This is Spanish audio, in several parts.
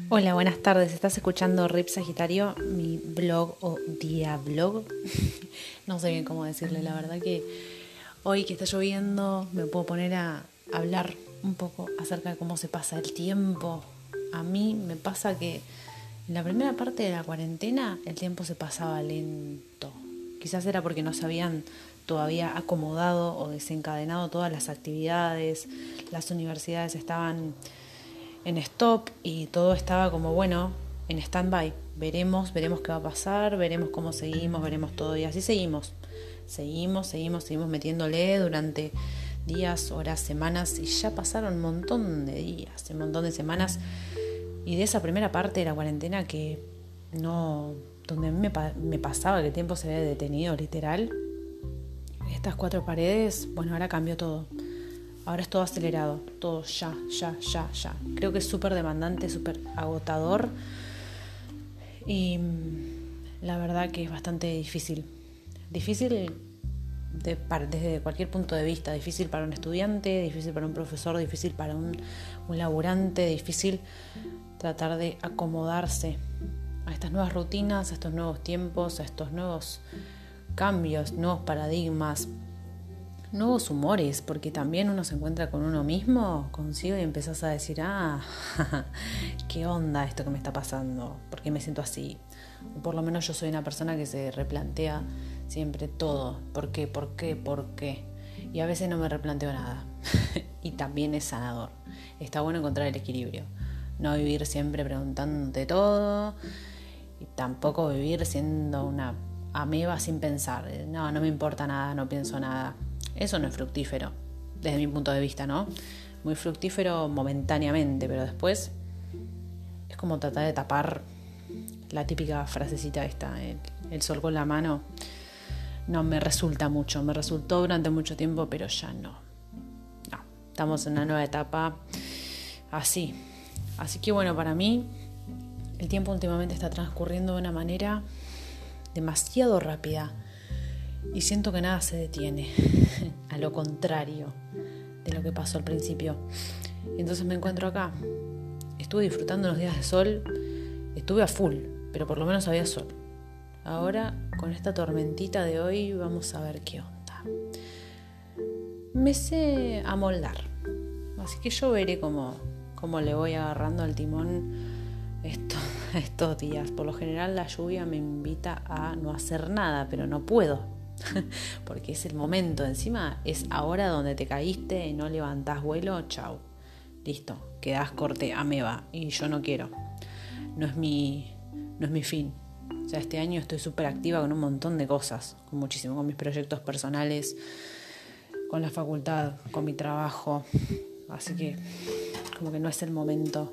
Hola, buenas tardes. ¿Estás escuchando Rip Sagitario, mi blog o día blog? No sé bien cómo decirle, la verdad que hoy que está lloviendo me puedo poner a hablar un poco acerca de cómo se pasa el tiempo. A mí me pasa que en la primera parte de la cuarentena el tiempo se pasaba lento. Quizás era porque no se habían todavía acomodado o desencadenado todas las actividades, las universidades estaban en stop y todo estaba como bueno, en stand-by. Veremos qué va a pasar, veremos cómo seguimos, veremos todo y así seguimos. Seguimos metiéndole durante días, horas, semanas y ya pasaron un montón de días, un montón de semanas y de esa primera parte de la cuarentena que no, donde a mí me pasaba que el tiempo se había detenido literal. Estas cuatro paredes, bueno, ahora cambió todo. Ahora es todo acelerado, todo ya. Creo que es súper demandante, súper agotador y la verdad que es bastante difícil. Difícil desde cualquier punto de vista, difícil para un estudiante, difícil para un profesor, difícil para un laburante, difícil tratar de acomodarse a estas nuevas rutinas, a estos nuevos tiempos, a estos nuevos cambios, nuevos paradigmas, nuevos humores, porque también uno se encuentra con uno mismo, consigo y empezás a decir, ¿qué onda esto que me está pasando? ¿Por qué me siento así? O por lo menos yo soy una persona que se replantea siempre todo. ¿Por qué? Y a veces no me replanteo nada. Y también es sanador. Está bueno encontrar el equilibrio. No vivir siempre preguntándote todo y tampoco vivir siendo una ameba sin pensar. No me importa nada, no pienso nada. Eso no es fructífero, desde mi punto de vista, ¿no? Muy fructífero momentáneamente, pero después es como tratar de tapar la típica frasecita esta, el sol con la mano. No me resulta mucho, me resultó durante mucho tiempo, pero ya no. Estamos en una nueva etapa así. Así que bueno, para mí el tiempo últimamente está transcurriendo de una manera demasiado rápida. Y siento que nada se detiene, a lo contrario de lo que pasó al principio. Y entonces me encuentro acá. Estuve disfrutando los días de sol, estuve a full, pero por lo menos había sol. Ahora, con esta tormentita de hoy, vamos a ver qué onda. Me sé amoldar, así que yo veré cómo le voy agarrando al timón estos días. Por lo general la lluvia me invita a no hacer nada, pero no puedo. Porque es el momento, encima es ahora donde te caíste y no levantás vuelo, chau, listo, quedás corte ameba y yo no quiero, no es mi fin. O sea, este año estoy súper activa con un montón de cosas, con mis proyectos personales, con la facultad, con mi trabajo, así que como que no es el momento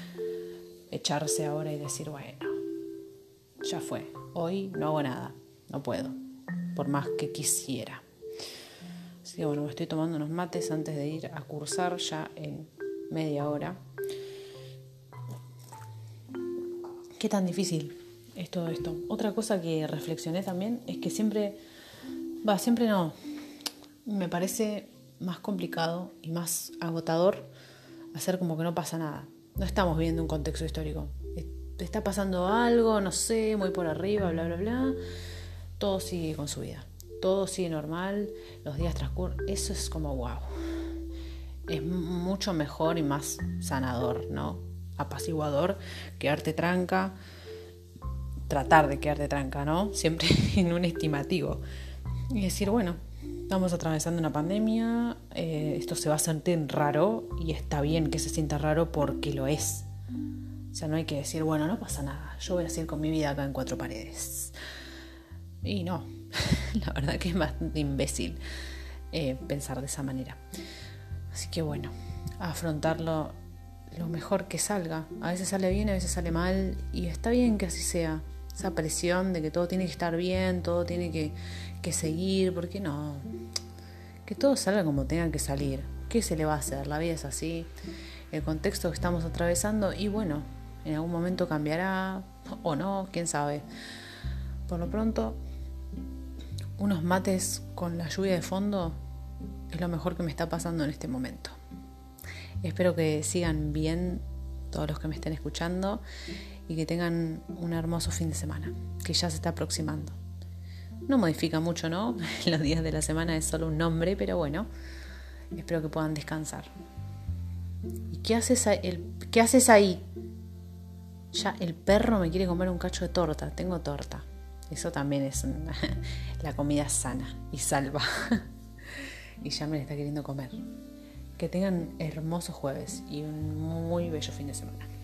echarse ahora y decir, bueno, ya fue, hoy no hago nada, no puedo, por más que quisiera. Así que bueno, me estoy tomando unos mates antes de ir a cursar ya en media hora. ¿Qué tan difícil es todo esto? Otra cosa que reflexioné también es que siempre no, me parece más complicado y más agotador hacer como que no pasa nada. No estamos viviendo un contexto histórico. Está pasando algo, no sé, muy por arriba, bla, bla, bla. Todo sigue con su vida. Todo sigue normal, los días transcurren. Eso es como wow. Es mucho mejor y más sanador, ¿no? Apaciguador, quedarte tranca, tratar de quedarte tranca, ¿no? Siempre en un estimativo. Y decir, bueno, estamos atravesando una pandemia, esto se va a sentir raro y está bien que se sienta raro porque lo es. O sea, no hay que decir, bueno, no pasa nada, yo voy a seguir con mi vida acá en cuatro paredes. Y no, la verdad que es bastante imbécil pensar de esa manera. Así que bueno, afrontarlo lo mejor que salga. A veces sale bien, a veces sale mal y está bien que así sea. Esa presión de que todo tiene que estar bien, todo tiene que seguir, ¿por qué no? Que todo salga como tenga que salir. ¿Qué se le va a hacer? La vida es así, el contexto que estamos atravesando y bueno, en algún momento cambiará o no, quién sabe. Por lo pronto, unos mates con la lluvia de fondo es lo mejor que me está pasando en este momento. Espero que sigan bien todos los que me estén escuchando, y que tengan un hermoso fin de semana, que ya se está aproximando. No modifica mucho, ¿no? Los días de la semana es solo un nombre, pero bueno, espero que puedan descansar. ¿Y qué haces ahí? Ya el perro me quiere comer un cacho de torta. Tengo torta. Eso también es la comida sana y salva. Y ya me la está queriendo comer. Que tengan hermosos jueves y un muy bello fin de semana.